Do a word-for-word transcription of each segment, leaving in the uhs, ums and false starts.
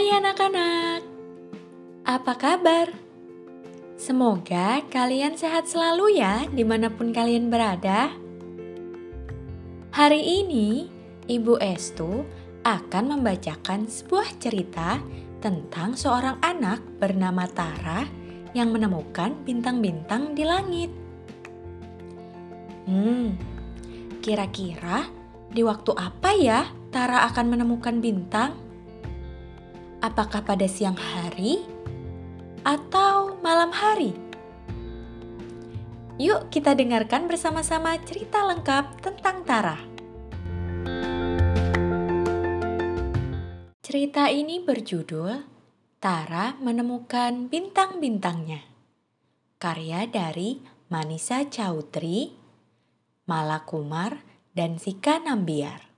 Hai anak-anak, apa kabar? Semoga kalian sehat selalu ya dimanapun kalian berada. Hari ini, Ibu Estu akan membacakan sebuah cerita tentang seorang anak bernama Tara yang menemukan bintang-bintang di langit. Hmm, kira-kira di waktu apa ya Tara akan menemukan bintang? Apakah pada siang hari atau malam hari? Yuk kita dengarkan bersama-sama cerita lengkap tentang Tara. Cerita ini berjudul Tara Menemukan Bintang-Bintangnya. Karya dari Manisa Chaudhry, Mala Kumar, dan Sika Nambiar.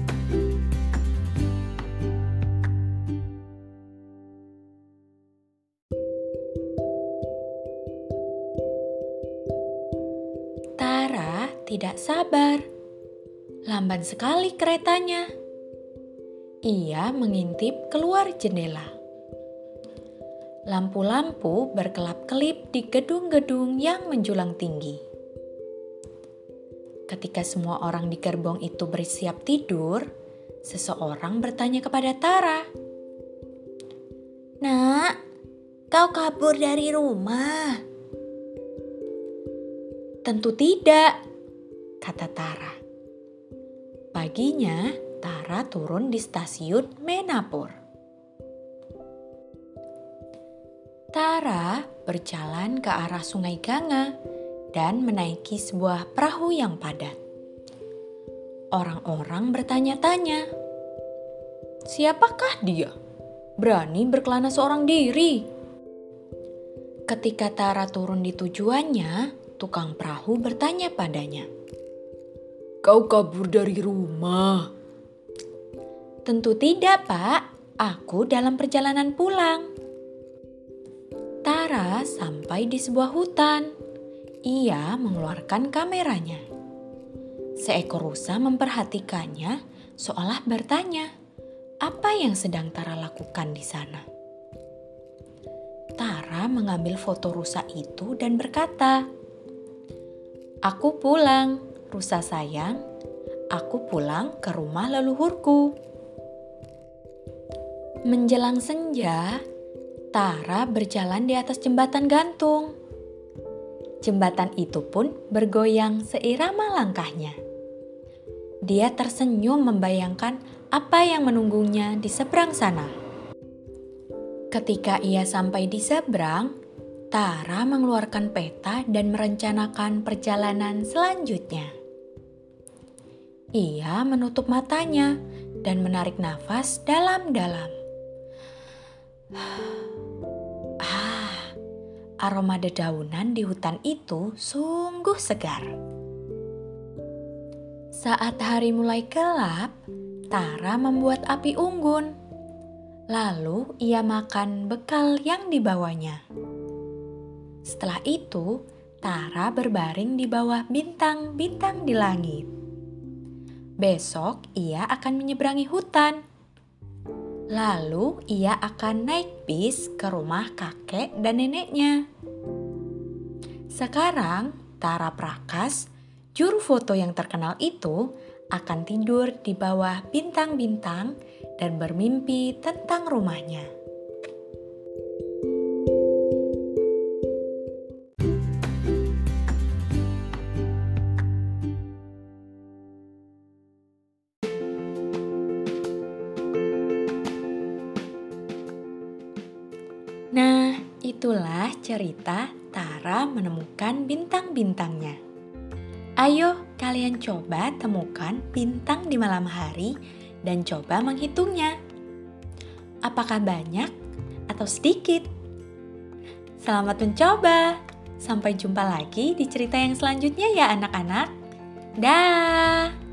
Tara tidak sabar. Lamban sekali keretanya. Ia mengintip keluar jendela. Lampu-lampu berkelap-kelip di gedung-gedung yang menjulang tinggi. Ketika semua orang di gerbong itu bersiap tidur, seseorang bertanya kepada Tara. "Nak, kau kabur dari rumah?" "Tentu tidak," kata Tara. Paginya, Tara turun di stasiun Menapur. Tara berjalan ke arah Sungai Ganga dan menaiki sebuah perahu yang padat. Orang-orang bertanya-tanya, "Siapakah dia? Berani berkelana seorang diri?" Ketika Tara turun di tujuannya, tukang perahu bertanya padanya, "Kau kabur dari rumah?" "Tentu tidak, Pak. Aku dalam perjalanan pulang." Tara sampai di sebuah hutan. Ia mengeluarkan kameranya. Seekor rusa memperhatikannya seolah bertanya, apa yang sedang Tara lakukan di sana? Tara mengambil foto rusa itu dan berkata, "Aku pulang, rusa sayang. Aku pulang ke rumah leluhurku." Menjelang senja, Tara berjalan di atas jembatan gantung. Jembatan itu pun bergoyang seirama langkahnya. Dia tersenyum membayangkan apa yang menunggunya di seberang sana. Ketika ia sampai di seberang, Tara mengeluarkan peta dan merencanakan perjalanan selanjutnya. Ia menutup matanya dan menarik nafas dalam-dalam. Ah, aroma dedaunan di hutan itu sungguh segar. Saat hari mulai gelap, Tara membuat api unggun. Lalu ia makan bekal yang dibawanya. Setelah itu, Tara berbaring di bawah bintang-bintang di langit. Besok ia akan menyeberangi hutan. Lalu ia akan naik bis ke rumah kakek dan neneknya. Sekarang Tara Prakas, juru foto yang terkenal itu, akan tidur di bawah bintang-bintang dan bermimpi tentang rumahnya. Nah, itulah cerita Tara menemukan bintang-bintangnya. Ayo kalian coba temukan bintang di malam hari dan coba menghitungnya. Apakah banyak atau sedikit? Selamat mencoba. Sampai jumpa lagi di cerita yang selanjutnya ya anak-anak. Dah.